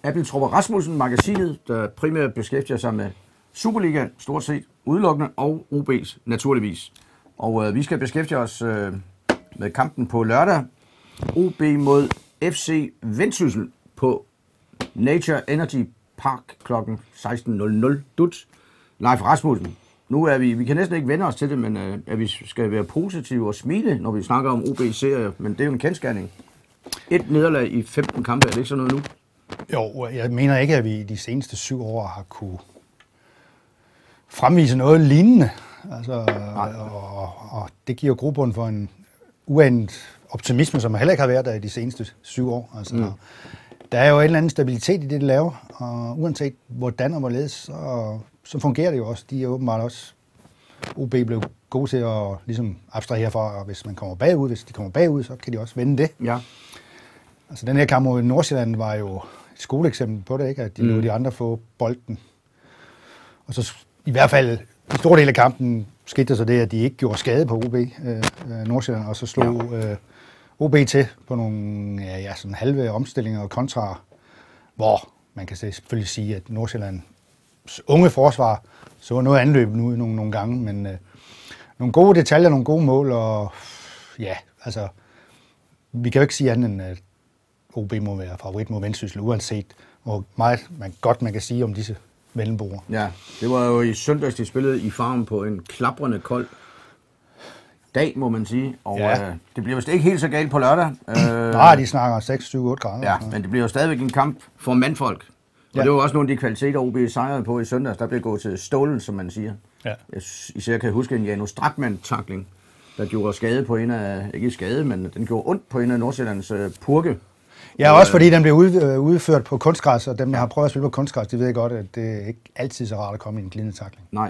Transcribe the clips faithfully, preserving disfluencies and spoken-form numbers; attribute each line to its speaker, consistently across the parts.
Speaker 1: Appeltrup Rasmussen, magasinet, der primært beskæftiger sig med Superligaen, stort set udelukkende, og O B's naturligvis. Og øh, vi skal beskæftige os øh, med kampen på lørdag. O B mod F C Vendsyssel på Nature Energy Park klokken seksten nul nul. Dut. Leif Rasmussen. Nu er vi, vi kan næsten ikke vende os til det, men øh, at vi skal være positive og smile, når vi snakker om O B-serier, men det er jo en kendsgerning. Et nederlag i femten kampe, er det ikke sådan noget nu?
Speaker 2: Jo, jeg mener ikke, at vi de seneste syv år har kunne fremvise noget lignende. Altså, og, og det giver grobund for en uendt optimisme, som heller ikke har været der i de seneste syv år. Altså, mm. Der er jo en eller anden stabilitet i det, de laver, og uanset hvordan og hvorledes, så, så fungerer det jo også. De er åbenbart også, O B blev gode til at ligesom abstrahere for, og hvis man kommer bagud, hvis de kommer bagud, så kan de også vende det.
Speaker 1: Ja.
Speaker 2: Altså den her kamp mod Nordsjælland var jo et skoleeksempel på det, ikke? At de mm. lod de andre få bolden. Og så i hvert fald i stor del af kampen skete der så det, at de ikke gjorde skade på O B, øh, Nordsjælland, og så slog ja. øh, O B til på nogle ja, ja, sådan halve omstillinger og kontra, hvor man kan selvfølgelig sige, at Nordsjællands unge forsvar så noget anløb nu nogle, nogle gange, men øh, nogle gode detaljer, nogle gode mål, og ja, altså, vi kan jo ikke sige andet end, at O B må være favorit mod Vendsyssel, uanset hvor meget man, godt man kan sige om disse vendelboer.
Speaker 1: Ja, det var jo i søndags, de spillede i Farmen på en klaprende kold dag, må man sige. Og ja. øh, det bliver vist ikke helt så galt på lørdag. Øh,
Speaker 2: Nej, de snakker seks, syv, otte grader.
Speaker 1: Ja, men det bliver jo stadigvæk en kamp for mandfolk. Og ja. Det var også nogle af de kvaliteter, O B sejrede på i søndags. Der blev gået til stålen, som man siger. Ja. Jeg især kan jeg huske en Janus Stratmann-tackling, der gjorde skade på en af, ikke skade, men den gjorde ondt på en af Nordsjællands øh, purke.
Speaker 2: Ja, også fordi den blev udført på kunstgræs, og dem, der har prøvet at spille på kunstgræs, de ved godt, at det er ikke altid så rart at komme i en glidende tackling.
Speaker 1: Nej,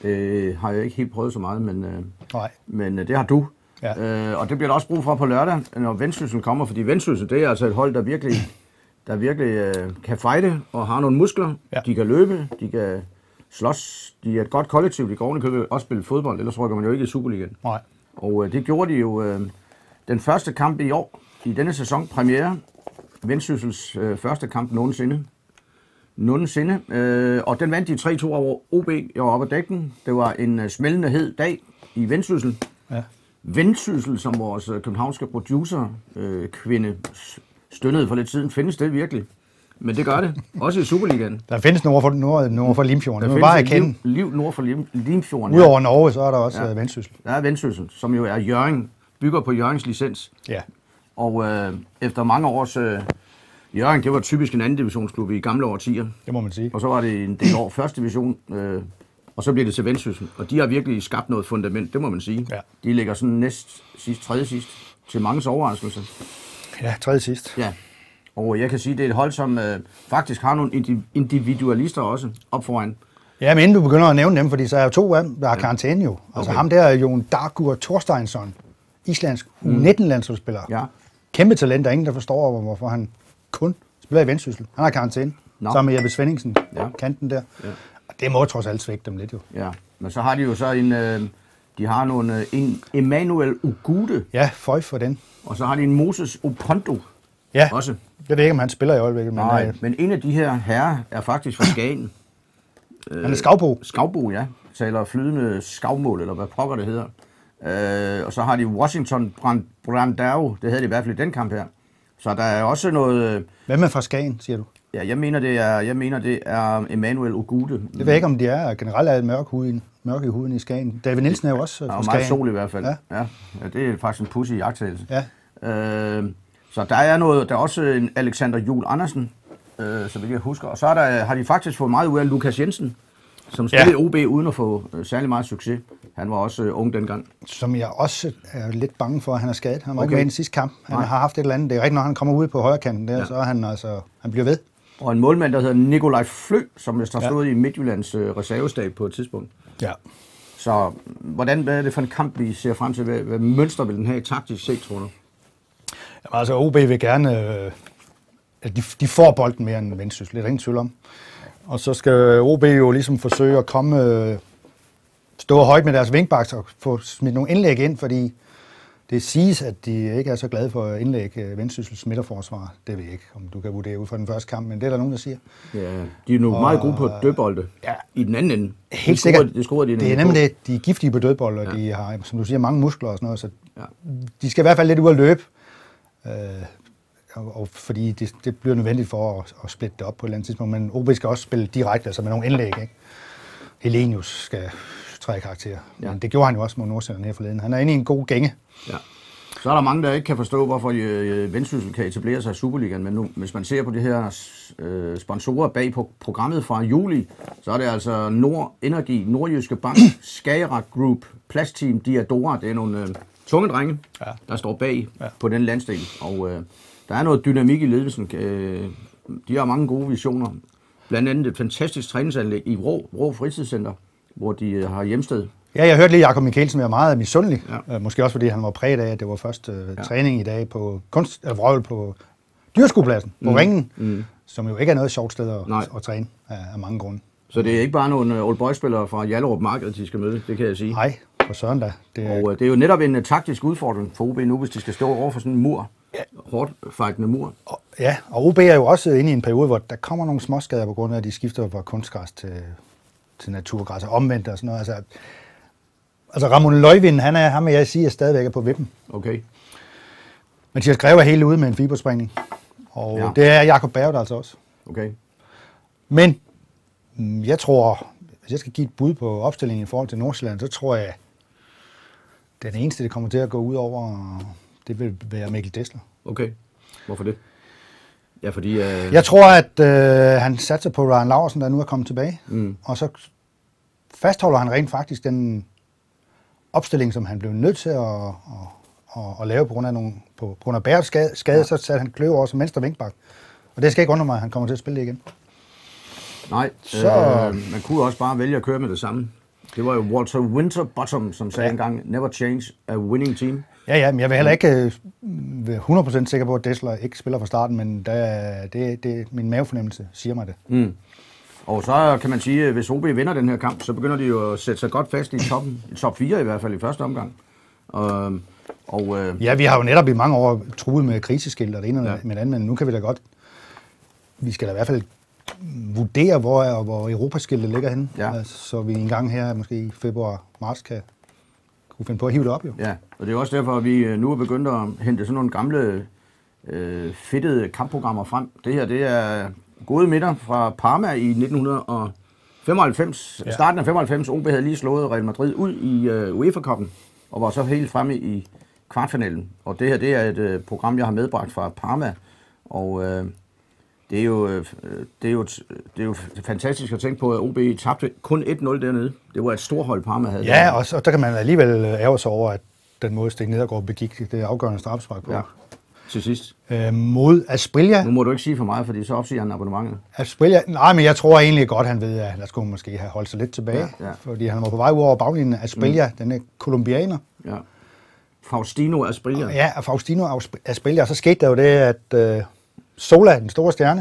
Speaker 1: det har jeg ikke helt prøvet så meget, men,
Speaker 2: Nej.
Speaker 1: men det har du. Ja. Øh, og det bliver der også brug for på lørdag, når Vendsyssel kommer, fordi Vendsyssel, det er altså et hold, der virkelig, der virkelig øh, kan fighte og har nogle muskler. Ja. De kan løbe, de kan slås, de er et godt kollektiv, de kan ovenikøbet også spille fodbold, ellers rykker man jo ikke i Superligaen.
Speaker 2: Nej.
Speaker 1: Og øh, det gjorde de jo øh, den første kamp i år, i denne sæson, premiere. Vendsyssels øh, første kamp nogensinde. Nogensinde. Øh, og den vandt de tre to over O B. Jeg var oppe at dække den. Det var en uh, smældende hed dag i Vendsyssel. Ja. Vendsyssel, som vores uh, københavnske producer, øh, kvinde, stønnede for lidt siden. Findes det virkelig? Men det gør det. Også i Superligaen.
Speaker 2: Der findes nord for, nord, nord for Limfjorden. Der det findes bare liv,
Speaker 1: liv nord for Lim, Limfjorden.
Speaker 2: Udover Norge, så er der også ja. Vendsyssel.
Speaker 1: Der er Vendsyssel, som jo er Hjørring. Bygger på Hjørrings licens.
Speaker 2: Ja.
Speaker 1: Og øh, efter mange års øh, Hjørring, det var typisk en anden divisionsklub i gamle årtier.
Speaker 2: Det må man sige.
Speaker 1: Og så var det en del år første division, øh, og så blev det til Vendsyssel. Og de har virkelig skabt noget fundament, det må man sige. Ja. De ligger sådan næst sidst, tredje sidst, til mange overraskelser.
Speaker 2: Ja, tredje sidst.
Speaker 1: Ja, og jeg kan sige, det er et hold, som øh, faktisk har nogle individualister også op foran.
Speaker 2: Ja, men inden du begynder at nævne dem, fordi så er jo to af dem, der har karantæne jo. Altså okay. Ham der er Jon Dagur Thorsteinsson, islandsk U nitten-landsholdsspiller. Ja. Kæmpe talent, der er ingen, der forstår, hvorfor han kun spiller i Vendsyssel. Han har karantæne, no. sammen med Jeppe Svendingsen, ja. Kanten der. Ja. Og det må trods alt svække dem lidt jo. Ja, men så har de jo så en, øh, de har nogle, en Emmanuel Ugude. Ja, føj for den.
Speaker 1: Og så har de en Moses Opondo.
Speaker 2: Ja,
Speaker 1: også.
Speaker 2: Jeg ved ikke, om han spiller i øjeblikket. Men,
Speaker 1: Nej,
Speaker 2: øh,
Speaker 1: men en af de her herrer er faktisk fra Skagen.
Speaker 2: Han er skavbo.
Speaker 1: Skavbo, ja. Taler flydende skavmål, eller hvad pokker det hedder. Øh, og så har de Washington Brandao, det havde de i hvert fald i den kamp her. Så der er også noget...
Speaker 2: Hvem er fra Skagen, siger du?
Speaker 1: Ja, jeg mener, det er, jeg mener, det er Emmanuel Ugude.
Speaker 2: Det ved jeg ikke, om de er. Generelt er mørk, huden, mørk i huden i Skagen. David Nielsen er jo også fra Skagen.
Speaker 1: Ja, meget sol i hvert fald. Ja. Ja. Ja, det er faktisk en pudsig iagttagelse.
Speaker 2: Ja.
Speaker 1: Øh, så der er noget... Der er også en Alexander Juhl Andersen, øh, så vidt jeg husker. Og så er der, har de faktisk fået meget ud af Lukas Jensen, som spillede ja. O B uden at få øh, særlig meget succes. Han var også øh, ung dengang. Som jeg også er lidt bange for, at han er skadet. Han var okay. ikke med i den sidste kamp. Han Nej. har haft et eller andet. Det er rigtigt, når han kommer ud på højre kanten der, ja. så er han altså, han bliver ved. Og en målmand, der hedder Nikolaj Flø, som har stået ja. i Midtjyllands øh, reservestab på et tidspunkt. Ja. Så hvordan hvad er det for en kamp, vi ser frem til? Hvad, hvad mønster vil den have taktisk set, tror du? Jamen, altså, O B vil gerne... Øh, de, de får bolden mere end Vendsyssel, det er der ingen tvivl om. Og så skal O B jo ligesom forsøge at komme... Øh, stå højt med deres vingbaks og få smidt nogle indlæg ind, fordi
Speaker 2: Det siges, at de ikke er så glade for at indlægge Vendsyssels midterforsvar. Det ved jeg ikke, om du kan vurdere ud fra den første kamp, men det er der nogen, der siger.
Speaker 1: Ja, de er nu og, meget gode på dødbolde ja, i den anden ende.
Speaker 2: Helt sikkert.
Speaker 1: De scorer, de
Speaker 2: det er nemlig det. De er giftige på dødbolde, og ja. de har, som du siger, mange muskler og sådan noget, så
Speaker 1: ja.
Speaker 2: de skal i hvert fald lidt ud at løbe. Øh, og, og fordi det, det bliver nødvendigt for at, at splitte det op på et eller andet tidspunkt, men O B skal også spille direkte, altså med nogle indlæg, ikke? Helenius skal træde karakter. Ja. Men det gjorde han jo også mod Nordsjælland her forleden. Han er inde i en god gænge.
Speaker 1: Ja. Så er der mange, der ikke kan forstå, hvorfor Vendsyssel kan etablere sig i Superligaen, men nu, hvis man ser på de her øh, sponsorer bag på programmet fra juli, så er det altså Nord Energi, Nordjyske Bank, Skagerrak Group, Plastteam, Diadora. Det er nogle øh, tunge drenge, ja. der står bag ja. på den landsdel, og øh, der er noget dynamik i ledelsen. Øh, de har mange gode visioner. Blandt andet et fantastisk træningsanlæg i Vrå, Vrå Fritidscenter, hvor de har hjemsted.
Speaker 2: Ja, jeg hørte lige Jakob Mikkelsen være meget misundelig. Ja. Øh, måske også fordi han var præget af, at det var først øh, ja. træning i dag på kunst, eller vrøvl på dyrskuepladsen, på mm. Ringen, mm. som jo ikke er noget sjovt sted at, at, at træne af, af mange grunde.
Speaker 1: Så det er ikke bare nogle Old Boys-spillere fra Hjallerup Marked, de skal møde, det kan jeg sige.
Speaker 2: Nej, for søren da.
Speaker 1: Det er... Og øh, det er jo netop en uh, taktisk udfordring for O B nu, hvis de skal stå over for sådan en mur. Ja. Hårdt fightende mur.
Speaker 2: Og, ja, og O B er jo også inde i en periode, hvor der kommer nogle småskader på grund af, at de skifter fra kunstgræs til, til naturgræs og omvendt og sådan noget. Altså, altså Ramon Løjvind, han er, ham vil jeg sige, er stadigvæk er på vippen.
Speaker 1: Okay.
Speaker 2: Mathias Greve er helt ude med en fibersprængning. Og ja. det er Jakob Berg altså også.
Speaker 1: Okay.
Speaker 2: Men jeg tror, hvis jeg skal give et bud på opstillingen i forhold til Nordsjælland, så tror jeg, den eneste, det kommer til at gå ud over, det vil være Mikkel Dessler.
Speaker 1: Okay. Hvorfor det? Ja, fordi... Øh...
Speaker 2: Jeg tror, at øh, han satser på Ryan Laursen, der nu er kommet tilbage. Mm. Og så fastholder han rent faktisk den opstilling, som han blev nødt til at, at, at, at lave på grund af, nogle, på grund af Bærts skade. skade ja. Så satte han Kløver over som venstre vinkbak. Og det skal ikke undre mig, at han kommer til at spille det igen.
Speaker 1: Nej, så... øh, man kunne også bare vælge at køre med det samme. Det var jo Walter Winterbottom, som sagde ja. engang, never change a winning team.
Speaker 2: Ja, ja, men jeg vil heller ikke være hundrede procent sikker på, at Dessler ikke spiller fra starten, men der, det, det, min mavefornemmelse siger mig det. Mm.
Speaker 1: Og så kan man sige, at hvis O B vinder den her kamp, så begynder de jo at sætte sig godt fast i toppen, i top fire i hvert fald i første omgang. Og, og, øh...
Speaker 2: ja, vi har jo netop i mange år truet med kriseskilt og det ene ja. med det andet, men nu kan vi da godt, vi skal da i hvert fald vurdere, hvor, hvor Europaskiltet ligger henne, ja. altså, så vi en gang her, måske i februar-marts, kan kunne finde på at hive det op, jo.
Speaker 1: Ja, og det er også derfor, at vi nu er begyndt at hente sådan nogle gamle, øh, fedtede kampprogrammer frem. Det her, det er gode midter fra Parma i nitten femoghalvfems. Ja. Starten af femoghalvfems, O B havde lige slået Real Madrid ud i øh, UEFA-cuppen, og var så helt fremme i kvartfinalen. Og det her, det er et øh, program, jeg har medbragt fra Parma, og... Øh, Det er, jo, det, er jo, det er jo fantastisk at tænke på, at O B tabte kun et nul dernede. Det var et storhold, Parma havde.
Speaker 2: Ja, og, så, og der kan man alligevel ærge sig over, at den måde Stig Nedergaard begik det afgørende straffespark på. Ja,
Speaker 1: til sidst.
Speaker 2: Øh, mod Asprilla.
Speaker 1: Nu må du ikke sige for meget, fordi så opsiger han abonnementet.
Speaker 2: Asprilla? Nej, men jeg tror egentlig godt, han ved, at der skulle måske have holdt sig lidt tilbage. Ja, ja. Fordi han var på vej ud over baglinjen. Asprilla, mm. den er kolumbianer.
Speaker 1: Ja. Faustino Asprilla.
Speaker 2: Ja, og Faustino Asprilla. Og så skete der jo det, at... Øh, Sola, den store stjerne,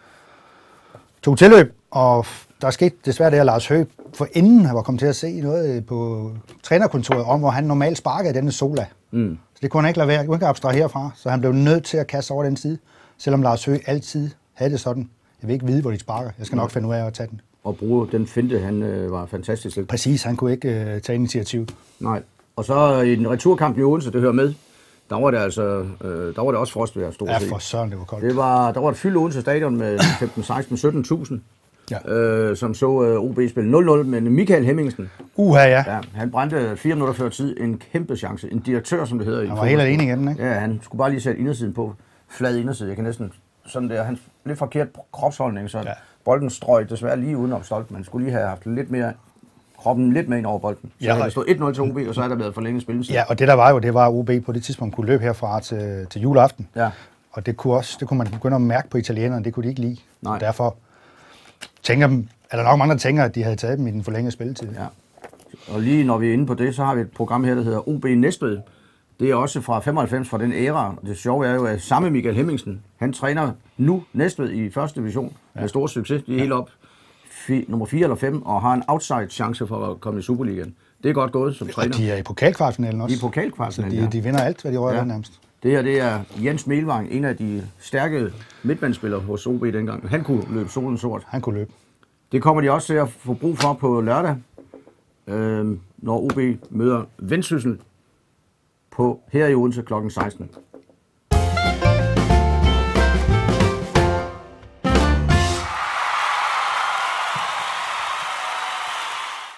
Speaker 2: tog tilløb, og der skete desværre det, at Lars Høgh for inden han var kommet til at se noget på trænerkontoret om, hvor han normalt sparkede denne Sola. Mm. Så det kunne han ikke lade være, han kunne ikke abstrahere herfra, så han blev nødt til at kaste over den side, selvom Lars Høgh altid havde det sådan. Jeg vil ikke vide, hvor de sparker. Jeg skal nok finde ud af at tage den.
Speaker 1: Og bruge den finte, han øh, var fantastisk.
Speaker 2: Præcis, han kunne ikke øh, tage initiativ.
Speaker 1: Nej, og så i den returkamp i Odense, det hører med. Der var det altså, øh, der var det også frostvejr, stort set.
Speaker 2: Ja, for søren, det var koldt.
Speaker 1: Det var, der var et fyldt Odense stadion med femten, seksten, sytten tusind, ja. øh, som så øh, O B spille nul nul, men Michael Hemmingsen,
Speaker 2: Uha, ja.
Speaker 1: ja. Han brændte fire minutter før tid en kæmpe chance. En direktør, som det hedder.
Speaker 2: Han var helt alene igennem, ikke?
Speaker 1: Ja, han skulle bare lige sætte indersiden på. Flad inderside, jeg kan næsten sådan der. Han lidt forkert kropsholdning, så ja. bolden strøg desværre lige uden op stolt. Man skulle lige have haft lidt mere... kroppen lidt med ind over bolden. Så ja, der stod et nul til O B, og så er der været forlænget spilletid.
Speaker 2: Ja, og det der var jo, det var, at O B på det tidspunkt kunne løbe herfra til, til juleaften.
Speaker 1: Ja.
Speaker 2: Og det kunne, også, det kunne man begynde at mærke på italienerne, det kunne de ikke lide.
Speaker 1: Nej.
Speaker 2: Og derfor tænker, er der nok mange, der tænker, at de havde taget dem i den forlængede spilletid.
Speaker 1: Ja. Og lige når vi er inde på det, så har vi et program her, der hedder O B Næstved. Det er også fra femoghalvfems, fra den æra. Det sjove er jo, at samme Michael Hemmingsen, han træner nu Næstved i første division ja. med stor succes. De er ja. helt op. nummer fire eller fem, og har en outside chance for at komme i Superligaen. Det er godt gået som træner.
Speaker 2: Og de er i pokalkvartfinalen også.
Speaker 1: De er i pokalkvartfinalen,
Speaker 2: så de, de vinder alt, hvad de rører ja. nærmest.
Speaker 1: Det her, det er Jens Melvang, en af de stærke midtbanespillere hos O B dengang. Han kunne løbe solen sort.
Speaker 2: Han kunne løbe.
Speaker 1: Det kommer de også til at få brug for på lørdag, øh, når O B møder Vendsyssel på her i Odense klokken seksten.